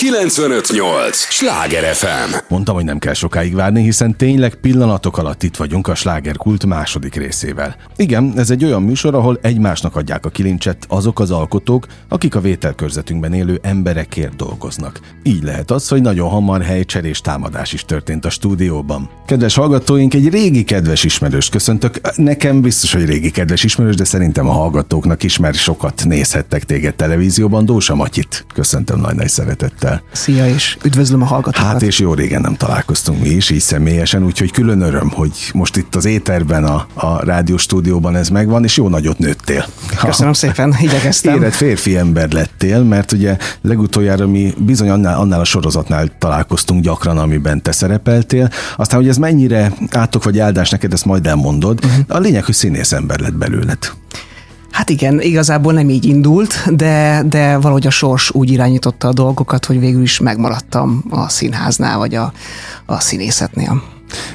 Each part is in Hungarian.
95.8 Sláger FM. Mondtam, hogy nem kell sokáig várni, hiszen tényleg pillanatok alatt itt vagyunk a Slágerkult második részével. Igen, ez egy olyan műsor, ahol egymásnak adják a kilincset azok az alkotók, akik a vételkörzetünkben élő emberekért dolgoznak. Így lehet az, hogy nagyon hamar helycserés támadás is történt a stúdióban. Kedves hallgatóink, egy régi kedves ismerőst köszöntök. Nekem biztos, hogy régi kedves ismerős, de szerintem a hallgatóknak is, mert sokat nézhettek téged televízióban. Dósa Matyit köszöntöm nagy szeretettel. Szia, és üdvözlöm a hallgatókat. Hát és jó régen nem találkoztunk mi is, így személyesen, úgyhogy külön öröm, hogy most itt az éterben, a rádióstúdióban ez megvan, és jó nagyot nőttél. Köszönöm szépen, igyekeztem. Érett férfi ember lettél, mert ugye legutoljára mi bizony annál a sorozatnál találkoztunk gyakran, amiben te szerepeltél. Aztán, hogy ez mennyire átok vagy áldás neked, ezt majd elmondod. A lényeg, hogy színész ember lett belőled. Hát igen, igazából nem így indult, de valahogy a sors úgy irányította a dolgokat, hogy végül is megmaradtam a színháznál, vagy a színészetnél.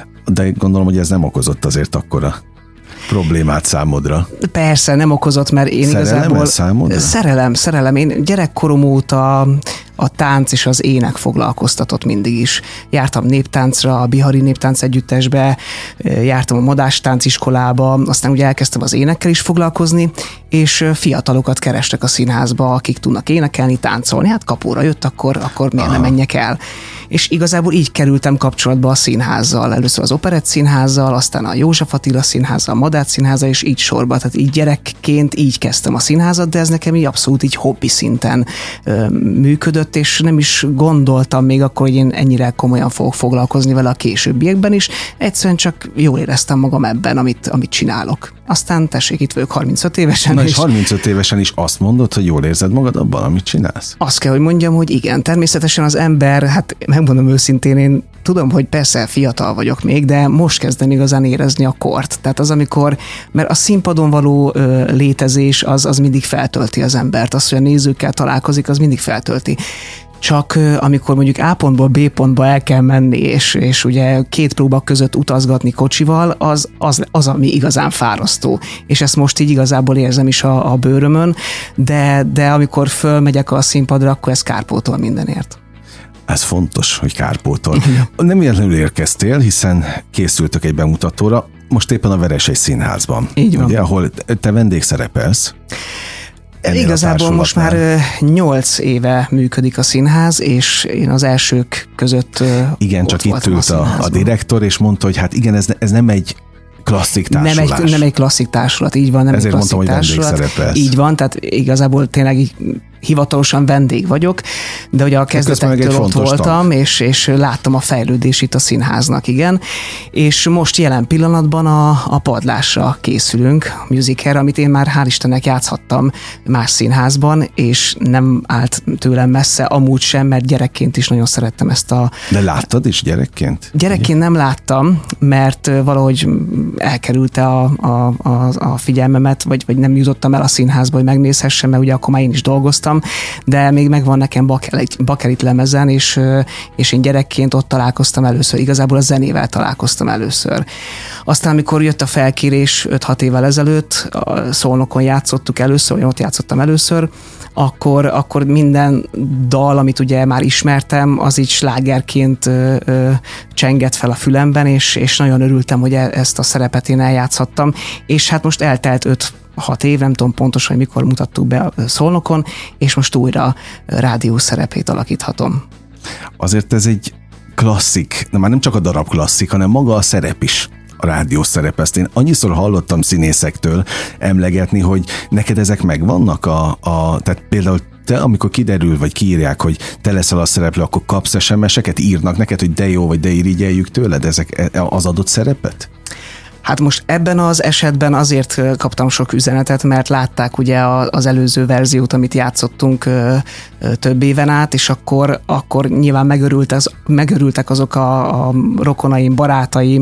De gondolom, hogy ez nem okozott azért akkora problémát számodra. Persze, nem okozott, mert én igazából... Szerelem. Én gyerekkorom óta a tánc és az ének foglalkoztatott mindig is. Jártam néptáncra, a Bihari Néptánc Együttesbe, jártam a Madás tánciskolába, aztán ugye elkezdtem az énekkel is foglalkozni, és fiatalokat kerestek a színházba, akik tudnak énekelni, táncolni. Hát kapóra jött, akkor miért nem menjek el? És igazából így kerültem kapcsolatba a színházzal. Először az Operett Színházzal, aztán a József Attila Színházzal, a Madách Színházzal, és így sorba. Tehát így gyerekként így kezdtem a színházat, de ez nekem így abszolút így hobbi szinten működött, és nem is gondoltam még akkor, hogy én ennyire komolyan fogok foglalkozni vele a későbbiekben is. Egyszerűen csak jól éreztem magam ebben, amit csinálok. Aztán tessék, itt vagyok 35 évesen. Na és 35 évesen is azt mondod, hogy jól érzed magad abban, amit csinálsz? Azt kell, hogy mondjam, hogy igen. Természetesen az ember, hát megmondom őszintén, én tudom, hogy persze fiatal vagyok még, de most kezdem igazán érezni a kort. Tehát az, mert a színpadon való létezés az mindig feltölti az embert. Az, hogy a nézőkkel találkozik, az mindig feltölti. Csak amikor mondjuk A pontból B pontba el kell menni, és ugye két próba között utazgatni kocsival, az ami igazán fárasztó. És ezt most így igazából érzem is a bőrömön, de amikor fölmegyek a színpadra, akkor ez kárpótol mindenért. Ez fontos, hogy kárpótol. Nem véletlenül érkeztél, hiszen készültök egy bemutatóra, most éppen a Veresei Színházban. Így van. Ugye, ahol te vendégszerepelsz. Igazából most már 8 éve működik a színház, és én az elsők között igen, csak itt ült a direktor, és mondta, hogy hát igen, ez nem egy klasszik társulás. Nem egy klasszik társulat, így van, nem ezért egy klasszik mondtam, társulat. Hogy vendégszerepelsz. Így van, tehát igazából tényleg hivatalosan vendég vagyok, de ugye a kezdetektől ott voltam, és láttam a fejlődését a színháznak, igen. És most jelen pillanatban a Padlásra készülünk, musicalre, amit én már hál' Istennek játszhattam más színházban, és nem állt tőlem messze, amúgy sem, mert gyerekként is nagyon szerettem ezt a... De láttad is gyerekként? Gyerekként nem láttam, mert valahogy elkerülte a figyelmemet, vagy nem jutottam el a színházba, hogy megnézhessem, mert ugye akkor már én is dolgoztam, de még megvan nekem bakelit lemezen, és én gyerekként ott találkoztam először, igazából a zenével találkoztam először. Aztán, amikor jött a felkérés 5-6 évvel ezelőtt, a Szolnokon játszottuk először, ott játszottam először, akkor minden dal, amit ugye már ismertem, az így slágerként csengett fel a fülemben, és nagyon örültem, hogy ezt a szerepet én eljátszhattam, és hát most eltelt 6 év, nem tudom pontosan, hogy mikor mutattuk be a Szolnokon, és most újra rádió szerepét alakíthatom. Azért ez egy klasszik, már nem csak a darab klasszik, hanem maga a szerep is a rádiós szerep. Ezt én annyiszor hallottam színészektől emlegetni, hogy neked ezek megvannak, tehát például te, amikor kiderül, vagy kiírják, hogy te leszel a szereplő, akkor kapsz SMS-eket, írnak neked, hogy de jó, vagy de irigyeljük tőled az adott szerepet? Hát most ebben az esetben azért kaptam sok üzenetet, mert látták ugye az előző verziót, amit játszottunk több éven át, és akkor nyilván megörültek azok a rokonaim, barátaim,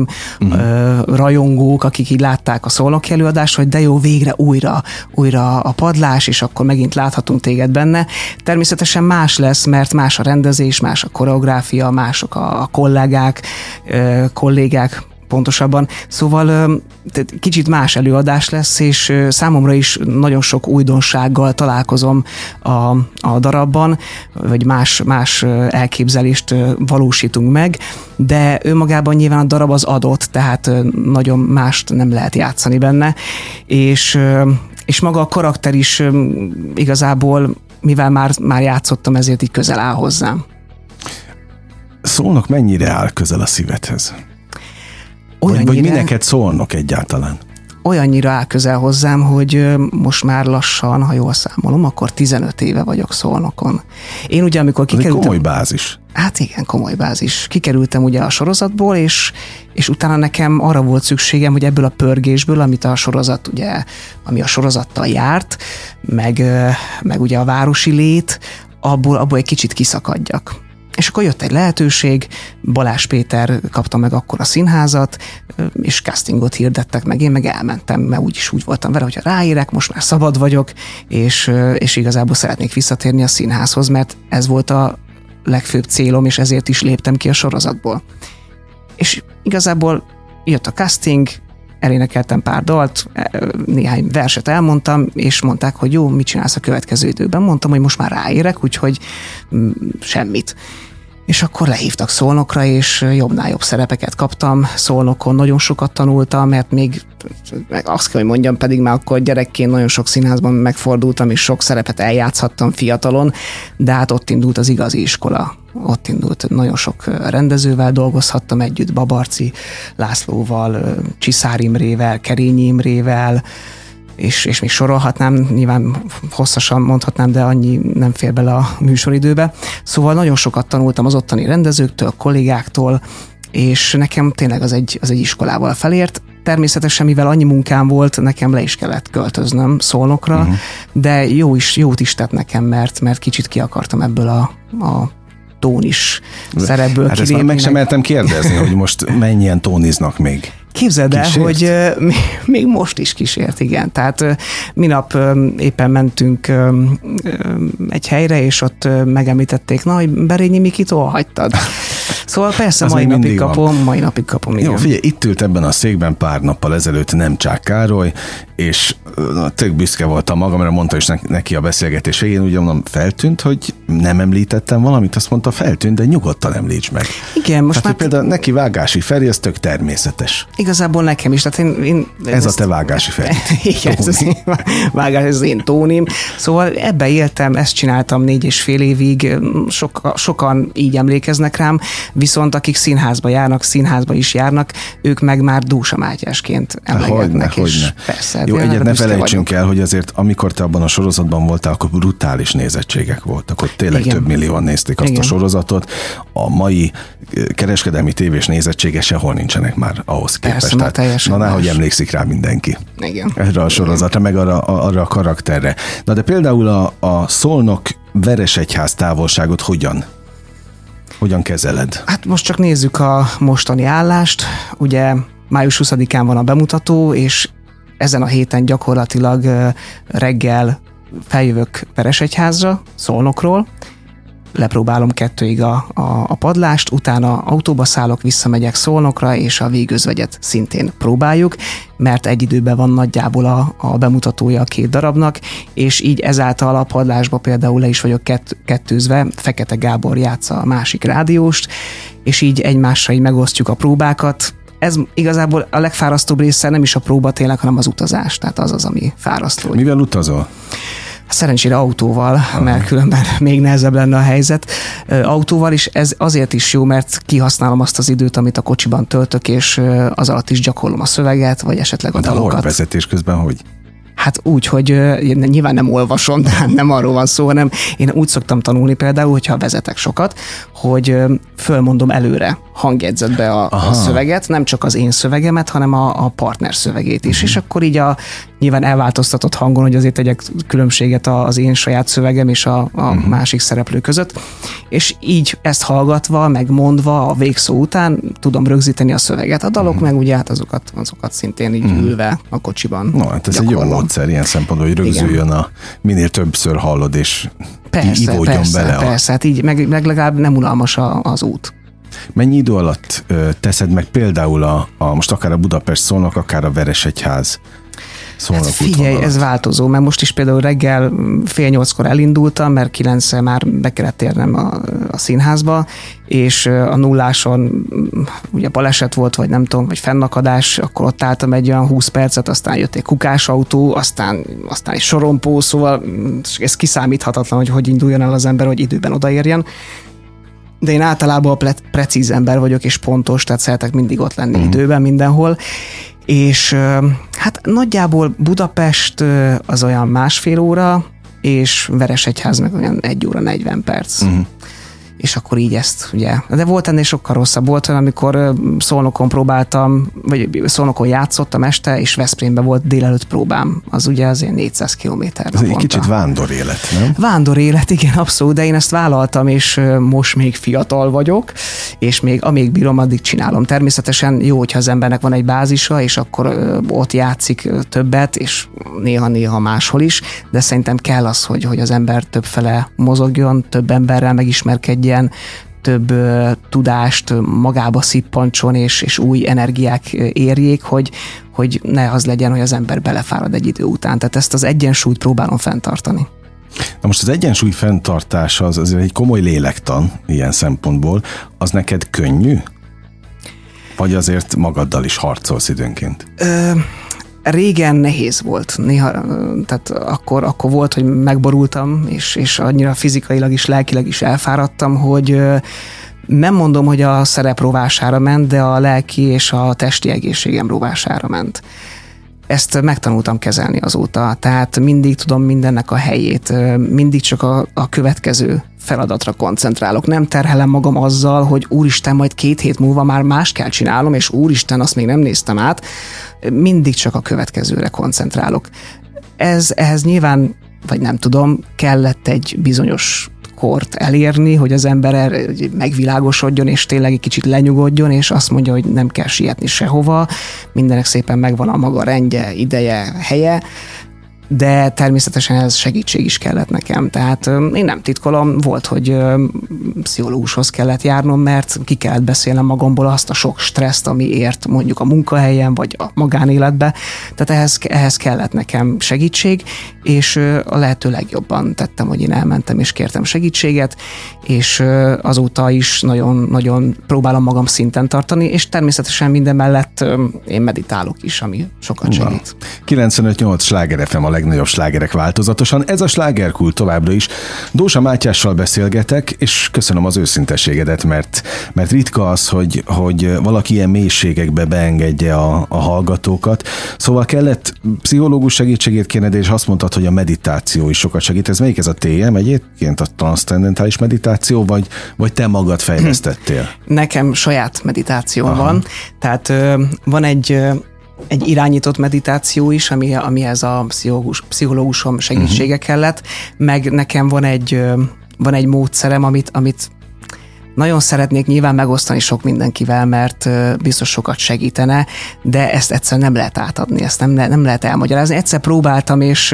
rajongók, akik így látták a Szolnoki előadást, hogy de jó, végre újra a Padlás, és akkor megint láthatunk téged benne. Természetesen más lesz, mert más a rendezés, más a koreográfia, mások a kollégák, pontosabban. Szóval kicsit más előadás lesz, és számomra is nagyon sok újdonsággal találkozom a darabban, vagy más elképzelést valósítunk meg, de önmagában nyilván a darab az adott, tehát nagyon mást nem lehet játszani benne, és maga a karakter is igazából, mivel már játszottam, ezért így közel áll hozzám. Szólnok mennyire áll közel a szívedhez? Vagy mi neked Szolnok egyáltalán? Olyannyira áll közel hozzám, hogy most már lassan, ha jól számolom, akkor 15 éve vagyok Szolnokon. Én ugye, amikor kikerültem... Ez egy komoly bázis. Hát igen, komoly bázis. Kikerültem ugye a sorozatból, és utána nekem arra volt szükségem, hogy ebből a pörgésből, amit a sorozat ugye, ami a sorozattal járt, meg ugye a városi lét, abból egy kicsit kiszakadjak. És akkor jött egy lehetőség, Balázs Péter kapta meg akkor a színházat, és castingot hirdettek meg, én meg elmentem, mert úgy voltam vele, hogyha ráérek, most már szabad vagyok, és igazából szeretnék visszatérni a színházhoz, mert ez volt a legfőbb célom, és ezért is léptem ki a sorozatból. És igazából jött a casting, elénekeltem pár dalt, néhány verset elmondtam, és mondták, hogy jó, mit csinálsz a következő időben? Mondtam, hogy most már ráérek, úgyhogy semmit. És akkor lehívtak Szolnokra, és jobbnál jobb szerepeket kaptam. Szolnokon nagyon sokat tanultam, mert még azt kell, hogy mondjam, pedig már akkor gyerekként nagyon sok színházban megfordultam, és sok szerepet eljátszhattam fiatalon, de hát ott indult az igazi iskola. Ott indult, nagyon sok rendezővel dolgozhattam együtt, Babarci Lászlóval, Csiszár Imrével, Kerényi Imrével, és még sorolhatnám, nyilván hosszasan mondhatnám, de annyi nem fér bele a műsoridőbe. Szóval nagyon sokat tanultam az ottani rendezőktől, kollégáktól, és nekem tényleg az egy iskolával felért. Természetesen, mivel annyi munkám volt, nekem le is kellett költöznöm Szolnokra, de jót is tett nekem, mert kicsit ki akartam ebből a tónis szerepből kilépni. Hát ezt meg sem mertem kérdezni, hogy most mennyien tóniznak még. Képzeld el, hogy még most is kísért, igen. Tehát minap éppen mentünk egy helyre, és ott megemlítették, na, hogy Berényi Mikitól hagytad. Szóval persze mai napig kapom. Igen. Jó, figyelj, itt ült ebben a székben pár nappal ezelőtt Nemcsák Károly, és tök büszke voltam magamra, mondta is neki a beszélgetés végén, úgy mondom, feltűnt, hogy nem említettem valamit, azt mondta, feltűnt, de nyugodtan említs meg. Igen, most tehát, már... például neki Vágási Feri, ez tök természetes. Igazából nekem is. Tehát ez a te Vágási Feri. Igen, ez az én tónim. Szóval ebbe éltem, ezt csináltam 4,5 évig, sokan így emlékeznek rám, viszont akik színházba járnak, színházba is járnak, ők meg már Dósa Mátyásként emlegetnek. Hogyne. Persze. Jó, egyet ne felejtsünk el, hogy azért amikor te abban a sorozatban voltál, akkor brutális nézettségek voltak. Ott tényleg több millióan nézték azt a sorozatot. A mai kereskedelmi tévés nézettsége sehol nincsenek már ahhoz képest. Persze, na, hogy emlékszik rá mindenki. Igen. Erre a sorozatra, meg arra a karakterre. Na de például a Szolnok Veresegyház távolságot hogyan kezeled? Hát most csak nézzük a mostani állást. Ugye május 20-án van a bemutató, és ezen a héten gyakorlatilag reggel feljövök Veresegyházra, Szolnokról, lepróbálom 2-ig a padlást, utána autóba szállok, visszamegyek Szolnokra, és a végözvegyet szintén próbáljuk, mert egy időben van nagyjából a bemutatója a 2 darabnak, és így ezáltal a padlásba például le is vagyok kettőzve, Fekete Gábor játsza a másik rádióst, és így egymással így megosztjuk a próbákat. Ez igazából a legfárasztóbb része nem is a próba tényleg, hanem az utazás, tehát az, ami fárasztó. Mivel utazol? Szerencsére autóval, mert különben még nehezebb lenne a helyzet. Autóval is ez azért is jó, mert kihasználom azt az időt, amit a kocsiban töltök, és az alatt is gyakorlom a szöveget, vagy esetleg a dalokat. De vezetés közben hogy? Hát úgy, hogy nyilván nem olvasom, de nem arról van szó, hanem én úgy szoktam tanulni például, hogyha vezetek sokat, hogy fölmondom előre hangjegyzetbe a szöveget, nem csak az én szövegemet, hanem a partner szövegét is, és akkor így nyilván elváltoztatott hangon, hogy azért tegyek különbséget az én saját szövegem és a másik szereplő között, és így ezt hallgatva, megmondva a végszó után tudom rögzíteni a szöveget. A dalok meg ugye hát azokat szintén így ülve a kocsiban. No, hát ez egy jó módszer ilyen szempontból, hogy rögzüljön minél többször hallod, és ivódjon bele. Persze, hát így meg legalább nem unalmas az út. Mennyi idő alatt teszed meg például most akár a Budapest-Szolnok, akár a Veresegyház? Hát figyelj, ez változó, mert most is például reggel 7:30-kor elindultam, mert 9-re már be kellett érnem a színházba, és a nulláson ugye baleset volt, vagy nem tudom, vagy fennakadás, akkor ott álltam egy olyan 20 percet, aztán jött egy kukásautó, aztán egy sorompó, szóval ez kiszámíthatatlan, hogy induljon el az ember, hogy időben odaérjen. De én általában precíz ember vagyok, és pontos, tehát szeretek mindig ott lenni időben mindenhol. És hát nagyjából Budapest az olyan 1,5 óra, és Veresegyház meg olyan 1 óra 40 perc. És akkor így ezt, ugye. De volt ennél sokkal rosszabb. Volt olyan, amikor Szolnokon próbáltam, vagy Szolnokon játszottam este, és Veszprémben volt délelőtt próbám. Az ugye azért 400 kilométer. Ez egy kicsit vándorélet, nem? Vándorélet, igen, abszolút, de én ezt vállaltam, és most még fiatal vagyok, és amíg bírom, addig csinálom. Természetesen jó, hogyha az embernek van egy bázisa, és akkor ott játszik többet, és néha máshol is, de szerintem kell az, hogy az ember többfele mozogjon, több emberrel megismerkedjen, több tudást magába szippancson, és új energiák érjék, hogy ne az legyen, hogy az ember belefárad egy idő után. Tehát ezt az egyensúlyt próbálom fenntartani. Na most az egyensúly fenntartása az egy komoly lélektan ilyen szempontból. Az neked könnyű? Vagy azért magaddal is harcolsz időnként? Régen nehéz volt. Néha, tehát akkor volt, hogy megborultam, és annyira fizikailag is, lelkileg is elfáradtam, hogy nem mondom, hogy a szerep rovására ment, de a lelki és a testi egészségem rovására ment. Ezt megtanultam kezelni azóta, tehát mindig tudom mindennek a helyét, mindig csak a következő feladatra koncentrálok. Nem terhelem magam azzal, hogy úristen, majd 2 hét múlva már más kell csinálnom, és úristen, azt még nem néztem át. Mindig csak a következőre koncentrálok. Ehhez nyilván, vagy nem tudom, kellett egy bizonyos kort elérni, hogy az ember megvilágosodjon, és tényleg egy kicsit lenyugodjon, és azt mondja, hogy nem kell sietni sehova, mindenek szépen megvan a maga rendje, ideje, helye, de természetesen ez segítség is kellett nekem. Tehát én nem titkolom, volt, hogy pszichológushoz kellett járnom, mert ki kellett beszélnem magamból azt a sok stresszt, ami ért mondjuk a munkahelyen, vagy a magánéletbe. Tehát ehhez kellett nekem segítség, és a lehető legjobban tettem, hogy én elmentem és kértem segítséget, és azóta is nagyon próbálom magam szinten tartani, és természetesen minden mellett én meditálok is, ami sokat segít. 95.8 Sláger FM a legnagyobb slágerek változatosan. Ez a Slágerkult továbbra is. Dózsa Mátyással beszélgetek, és köszönöm az őszinteségedet, mert ritka az, hogy valaki ilyen mélységekbe beengedje a hallgatókat. Szóval kellett pszichológus segítségét kérned, és azt mondtad, hogy a meditáció is sokat segít. Ez melyik ez a TM egyébként, a transzcendentális meditáció, vagy te magad fejlesztettél? Nekem saját meditáció van. Tehát van egy irányított meditáció is, amihez a pszichológusom segítsége kellett, meg nekem van egy módszerem, amit nagyon szeretnék nyilván megosztani sok mindenkivel, mert biztos sokat segítene, de ezt egyszer nem lehet átadni, ezt nem lehet elmagyarázni. Egyszer próbáltam, és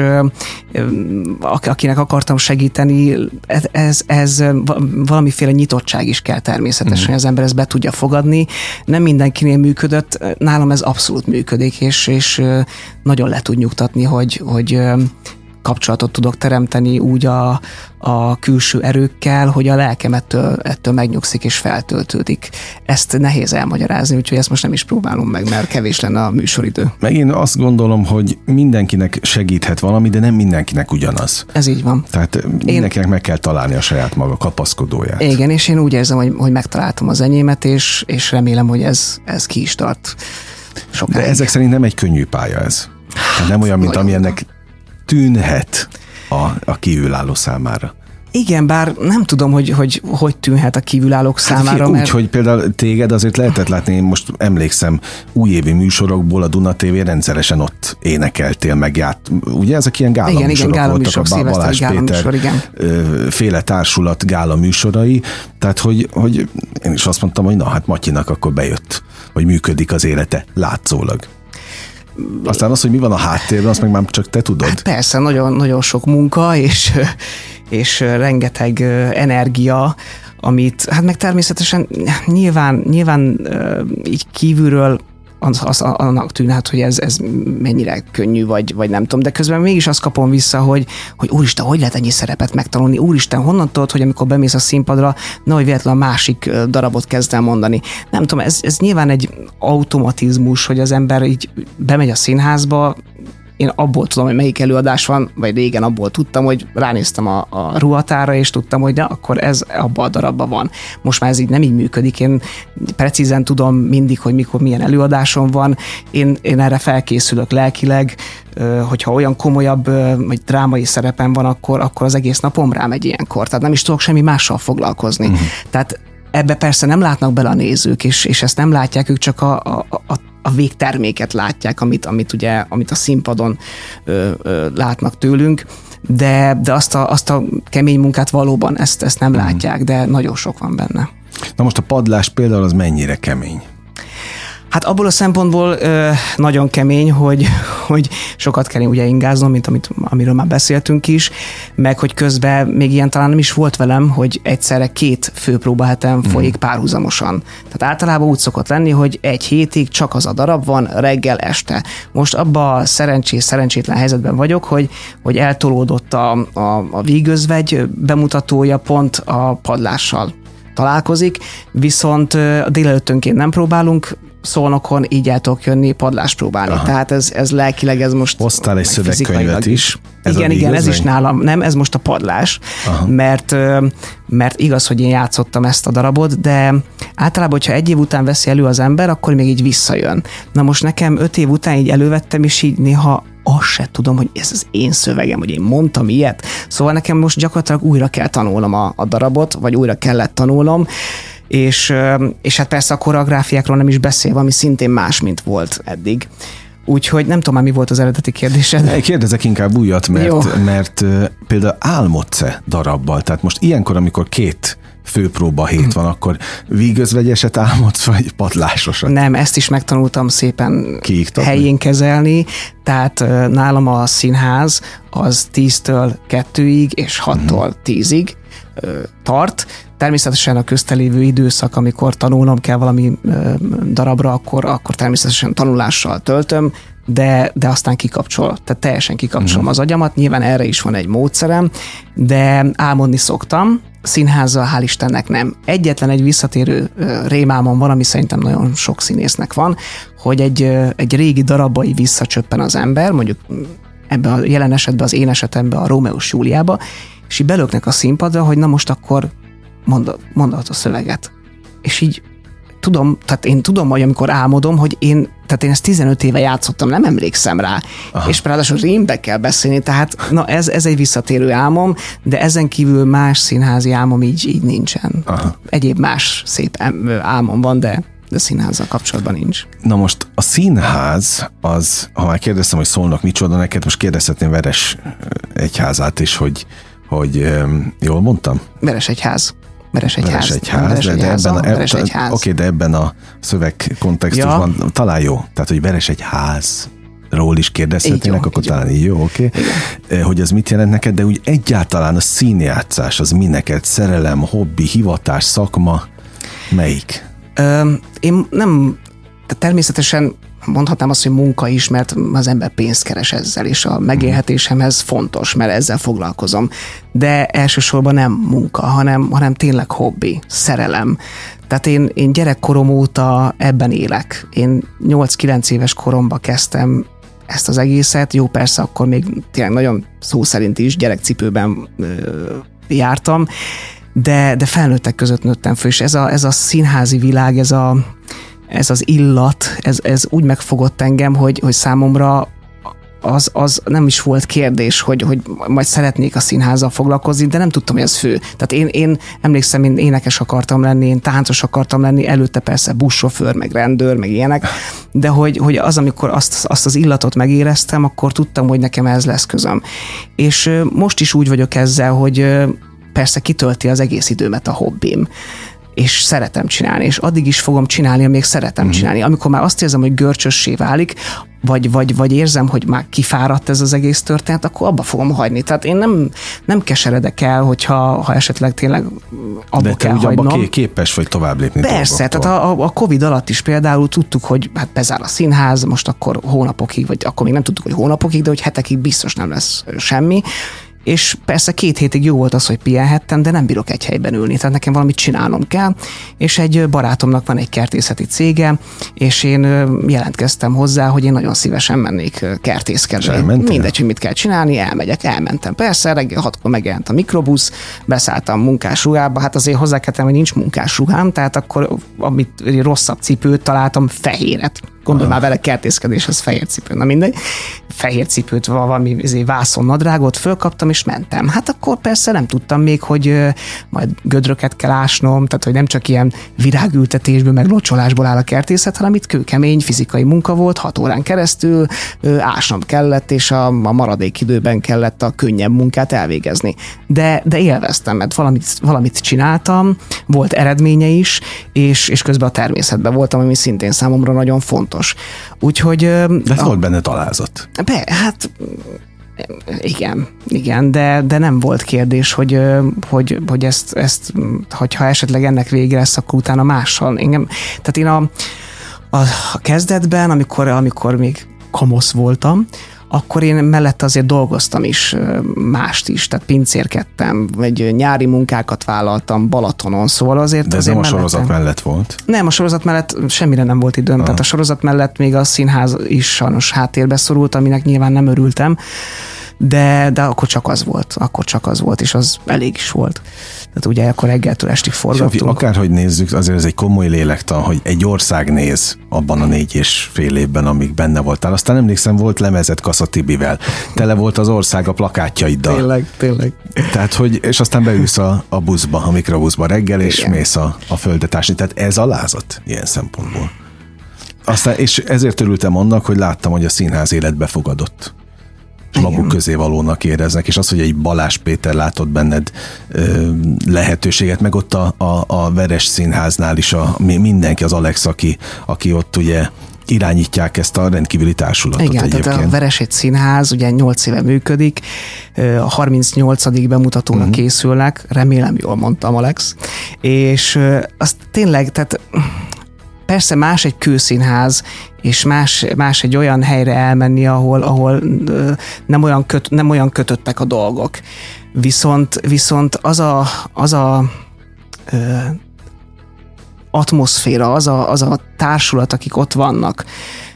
akinek akartam segíteni, ez valamiféle nyitottság is kell természetesen, hogy az ember ezt be tudja fogadni. Nem mindenkinél működött, nálam ez abszolút működik, és nagyon le tud nyugtatni, hogy kapcsolatot tudok teremteni úgy a külső erőkkel, hogy a lelkem ettől megnyugszik és feltöltődik. Ezt nehéz elmagyarázni, úgyhogy ezt most nem is próbálom meg, mert kevés lenne a műsoridő. Meg én azt gondolom, hogy mindenkinek segíthet valami, de nem mindenkinek ugyanaz. Ez így van. Tehát mindenkinek meg kell találni a saját maga kapaszkodóját. Igen, és én úgy érzem, hogy megtaláltam az enyémet, és remélem, hogy ez ki is tart sokáig. De ezek szerint nem egy könnyű pálya ez. Tehát nem olyan, mint amilyennek tűnhet a kívülálló számára. Igen, bár nem tudom, hogy tűnhet a kívülállók számára. Úgy, hogy például téged azért lehetett látni, én most emlékszem, újévi műsorokból a Duna TV rendszeresen ott énekeltél, meg járt. Ugye ezek ilyen gála műsorok voltak, a Balázs Péter féle társulat gála műsorai, tehát hogy én is azt mondtam, hogy na hát Matyinak akkor bejött, hogy működik az élete látszólag. Aztán az, hogy mi van a háttérben, azt meg már csak te tudod. Hát persze, nagyon, nagyon sok munka, és rengeteg energia, amit, hát meg természetesen nyilván így kívülről annak tűnhet, hogy ez mennyire könnyű, vagy nem tudom, de közben mégis azt kapom vissza, hogy úristen, hogy lehet ennyi szerepet megtanulni, úristen, honnan tudod, hogy amikor bemész a színpadra, nehogy véletlenül a másik darabot kezd el mondani. Nem tudom, ez nyilván egy automatizmus, hogy az ember így bemegy a színházba. Én abból tudom, hogy melyik előadás van, vagy régen abból tudtam, hogy ránéztem a ruhatára, és tudtam, hogy akkor ez abban a darabban van. Most már ez így nem így működik. Én precízen tudom mindig, hogy mikor milyen előadásom van. Én erre felkészülök lelkileg, hogyha olyan komolyabb vagy drámai szerepem van, akkor az egész napom rámegy ilyenkor. Tehát nem is tudok semmi mással foglalkozni. Tehát ebbe persze nem látnak bele a nézők, és ezt nem látják, ők csak a végterméket látják, amit a színpadon látnak tőlünk, de azt a kemény munkát valóban ezt nem látják, de nagyon sok van benne. Na most a padlás például az mennyire kemény? Hát abból a szempontból nagyon kemény, hogy sokat kell ugye ingáznom, amiről már beszéltünk is, meg hogy közben még ilyen talán nem is volt velem, hogy egyszerre 2 főpróbahetem folyik párhuzamosan. Tehát általában úgy szokott lenni, hogy 1 hétig csak az a darab van reggel este. Most abban a szerencsétlen helyzetben vagyok, hogy eltolódott a Vígözvegy bemutatója pont a padlással találkozik, viszont délelőttönként nem próbálunk Szolnokon, így el tudok jönni padlást próbálni. Aha. Tehát ez lelkileg, ez most... Hoztál egy szövegkönyvet is. Igen, ez is nálam. Nem, ez most a padlás, mert igaz, hogy én játszottam ezt a darabot, de általában, hogyha 1 év után veszi elő az ember, akkor még így visszajön. Na most nekem 5 év után így elővettem, és így néha azt se tudom, hogy ez az én szövegem, hogy én mondtam ilyet. Szóval nekem most gyakorlatilag újra kell tanulnom a darabot, vagy újra kellett tanulnom, és hát persze a koreográfiákról nem is beszélve, ami szintén más, mint volt eddig. Úgyhogy nem tudom már, mi volt az eredeti kérdésed. Kérdezek inkább újat, mert például álmodsz-e darabbal? Tehát most ilyenkor, amikor 2 főpróba hét van, akkor vígözvegyeset álmodsz, vagy padlásosat? Nem, ezt is megtanultam szépen helyén kezelni, tehát nálam a színház az 10-től 2-ig és 6-tól 10-ig tart. Természetesen a köztelévő időszak, amikor tanulnom kell valami darabra, akkor természetesen tanulással töltöm, de aztán kikapcsol, tehát teljesen kikapcsolom az agyamat, nyilván erre is van egy módszerem, de álmodni szoktam, színházzal hál' Istennek nem. Egyetlen egy visszatérő rémálmom van, ami szerintem nagyon sok színésznek van, hogy egy régi darabbai visszacsöppen az ember, mondjuk ebben a jelen esetben, az én esetemben a Rómeó és Júliába, és így belöknek a színpadra, hogy na most akkor mondd a szöveget. És így tudom, tehát én tudom, hogy amikor álmodom, hogy én ezt 15 éve játszottam, nem emlékszem rá. Aha. És ráadásul rímbe kell beszélni, tehát na ez egy visszatérő álmom, de ezen kívül más színházi álmom így nincsen. Aha. Egyéb más szép álmom van, de színházzal kapcsolatban nincs. Na most a színház az, ha már kérdeztem, hogy szólnak micsoda neked, most kérdezhetném Veresegyházát is, hogy jól mondtam? Veresegyház. De ebben a szöveg kontextusban talán jó. Tehát, hogy Veresegyházról is kérdezhetnének, akkor talán így jó, oké. Hogy ez mit jelent neked, de úgy egyáltalán a színjátszás az mi neked? Szerelem, hobbi, hivatás, szakma, melyik? Én nem, természetesen mondhatnám azt, hogy munka is, mert az ember pénzt keres ezzel, és a megélhetésemhez fontos, mert ezzel foglalkozom. De elsősorban nem munka, hanem tényleg hobbi, szerelem. Tehát én gyerekkorom óta ebben élek. Én 8-9 éves koromban kezdtem ezt az egészet. Jó, persze akkor még tényleg nagyon szó szerint is gyerekcipőben jártam, de felnőttek között nőttem föl, és ez a színházi világ, ez az illat, ez úgy megfogott engem, hogy számomra az nem is volt kérdés, hogy majd szeretnék a színházzal foglalkozni, de nem tudtam, hogy ez fő. Tehát én emlékszem, én énekes akartam lenni, én táncos akartam lenni, előtte persze buszsofőr, meg rendőr, meg ilyenek, de hogy az, amikor azt az illatot megéreztem, akkor tudtam, hogy nekem ez lesz közöm. És most is úgy vagyok ezzel, hogy persze kitölti az egész időmet a hobbim. és szeretem csinálni, és addig is fogom csinálni, amíg szeretem csinálni. Amikor már azt érzem, hogy görcsössé válik, vagy érzem, hogy már kifáradt ez az egész történet, akkor abba fogom hagyni. Tehát én nem keseredek el, ha esetleg tényleg abba kell hagynom. De te képes vagy tovább lépni. Persze, tehát a Covid alatt is például tudtuk, hogy hát bezár a színház, most akkor hónapokig, vagy akkor még nem tudtuk, hogy hónapokig, de hogy hetekig biztos nem lesz semmi. És persze 2 hétig jó volt az, hogy pihenhettem, de nem bírok egy helyben ülni, tehát nekem valamit csinálnom kell, és egy barátomnak van egy kertészeti cége, és én jelentkeztem hozzá, hogy én nagyon szívesen mennék kertészkedni. Mindegy, hogy mit kell csinálni, elmentem. Persze, reggel 6-kor megjelent a mikrobusz, beszálltam munkásruhába, hát azért hozzá kell tenni, hogy nincs munkásruhám, tehát akkor amit rosszabb cipőt találtam, fehéret. Gondolj már vele, kertészkedéshez fehér cipő, na mindegy. Fehér cipőt, valami vászonnadrágot fölkaptam, és mentem. Hát akkor persze nem tudtam még, hogy majd gödröket kell ásnom, tehát hogy nem csak ilyen virágültetésből, meg locsolásból áll a kertészet, hanem itt kőkemény fizikai munka volt, 6 órán keresztül ásnom kellett, és a maradék időben kellett a könnyebb munkát elvégezni. De élveztem, mert valamit csináltam, volt eredménye is, és közben a természetben voltam, ami szintén számomra nagyon fontos. Úgyhogy... De volt benne találzat. Hát igen, de nem volt kérdés, hogy ezt hogyha esetleg ennek vége lesz, akkor utána mással. Tehát én a kezdetben, amikor még kamasz voltam, akkor én mellette azért dolgoztam is mást is, tehát pincérkedtem, vagy nyári munkákat vállaltam Balatonon, szóval azért... De ez nem a sorozat mellett volt? Nem, a sorozat mellett semmire nem volt időm, tehát a sorozat mellett még a színház is sajnos háttérbe szorult, aminek nyilván nem örültem, de akkor csak az volt, és az elég is volt. Tehát ugye akkor reggeltől estig forgattunk. Akárhogy nézzük, azért ez egy komoly lélektan, hogy egy ország néz abban a 4,5 évben, amíg benne voltál. Aztán emlékszem, volt lemezet Kassa Tibivel. Tele volt az ország a plakátjaiddal. Tényleg. Tehát, és aztán beülsz a buszba, a mikrobuszba reggel, és igen, mész a földet ásni. Tehát ez alázat ilyen szempontból. Aztán, és ezért örültem annak, hogy láttam, hogy a színház élet befogadott. És maguk közé valónak éreznek, és az, hogy egy Balázs Péter látott benned lehetőséget, meg ott a Veres Színháznál is mindenki, az Alex, aki ott ugye irányítják ezt a rendkívüli társulatot. Igen, egyébként. Tehát a Veres Színház ugye 8 éve működik, a 38. bemutatónak készülnek, remélem jól mondtam, Alex, és azt tényleg, tehát persze más egy kőszínház, és más egy olyan helyre elmenni, ahol nem olyan kötöttek a dolgok. Viszont az a atmoszféra, az a társulat, akik ott vannak,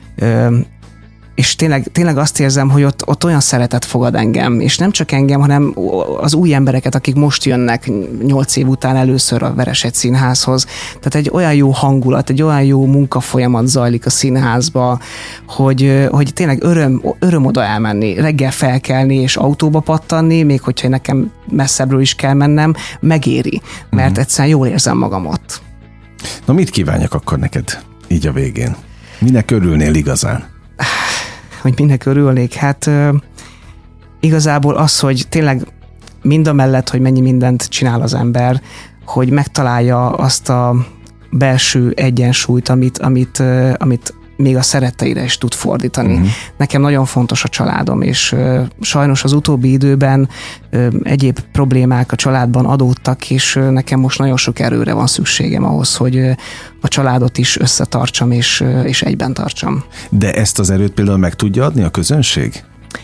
és tényleg azt érzem, hogy ott olyan szeretet fogad engem, és nem csak engem, hanem az új embereket, akik most jönnek 8 év után először a Veresegy Színházhoz. Tehát egy olyan jó hangulat, egy olyan jó munkafolyamat zajlik a színházba, hogy tényleg öröm oda elmenni, reggel felkelni és autóba pattanni, még hogyha nekem messzebbről is kell mennem, megéri, mert egyszerűen jól érzem magam ott. Na mit kívánjak akkor neked így a végén? Minek örülnél igazán? Hogy minek örülnék? Hát igazából az, hogy tényleg mindamellett, hogy mennyi mindent csinál az ember, hogy megtalálja azt a belső egyensúlyt, amit még a szeretteire is tud fordítani. Nekem nagyon fontos a családom, és sajnos az utóbbi időben egyéb problémák a családban adódtak, és nekem most nagyon sok erőre van szükségem ahhoz, hogy a családot is összetartsam, és egyben tartsam. De ezt az erőt például meg tudja adni a közönség?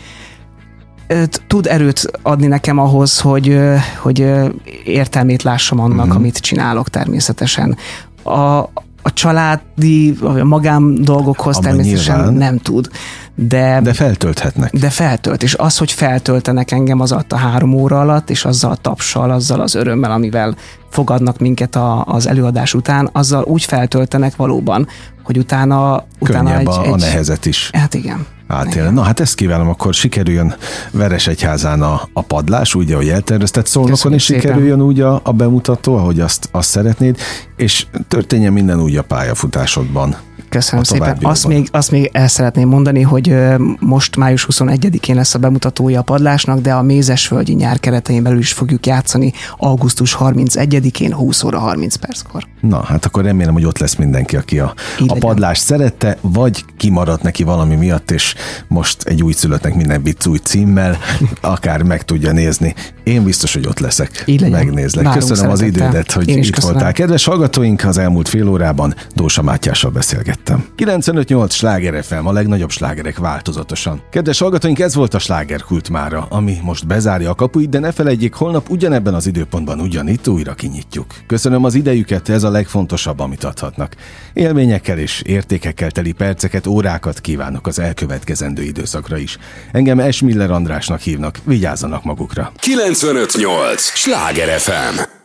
Tud erőt adni nekem ahhoz, hogy értelmét lássam annak, amit csinálok természetesen. A családi, a magám dolgokhoz abban természetesen nyilván nem tud. De feltölthetnek. De feltölt, és az, hogy feltöltenek engem az alatt a 3 óra alatt, és azzal a tapssal, azzal az örömmel, amivel fogadnak minket az előadás után, azzal úgy feltöltenek valóban, hogy utána könnyebb a nehezet is. Hát igen. Átélni. Na hát ezt kívánom, akkor sikerüljön Veresegyházán a padlás, úgy, ahogy eltervezted, Szolnokon is sikerüljön úgy a bemutató, ahogy azt szeretnéd, és történjen minden úgy a pályafutásodban, Köszönöm szépen. Azt még el szeretném mondani, hogy most május 21-én lesz a bemutatója a Padlásnak, de a Mézesvölgyi nyár keretein belül is fogjuk játszani augusztus 31-én 20 óra 30 perckor. Na, hát akkor remélem, hogy ott lesz mindenki, aki a Padlást szerette, vagy kimaradt neki valami miatt, és most egy újszülöttnek minden vicc új címmel akár meg tudja nézni. Én biztos, hogy ott leszek. Megnézlek. Várunk köszönöm az idődet, hogy itt köszönöm. voltál. Kedves hallgatóink, az elmúlt fél órában Dósa Mátyással beszélgettem. 95.8 Sláger FM, a legnagyobb slágerek változatosan. Kedves hallgatóink, ez volt a Slágerkult mára, ami most bezárja a kapuit, de ne felejtjék, holnap ugyanebben az időpontban ugyanitt újra kinyitjuk. Köszönöm az idejüket, ez a legfontosabb, amit adhatnak. Élményekkel és értékekkel teli perceket, órákat kívánok az elkövetkezendő időszakra is. Engem Esmiller Andrásnak hívnak, vigyázzanak magukra. 95.8 Sláger FM.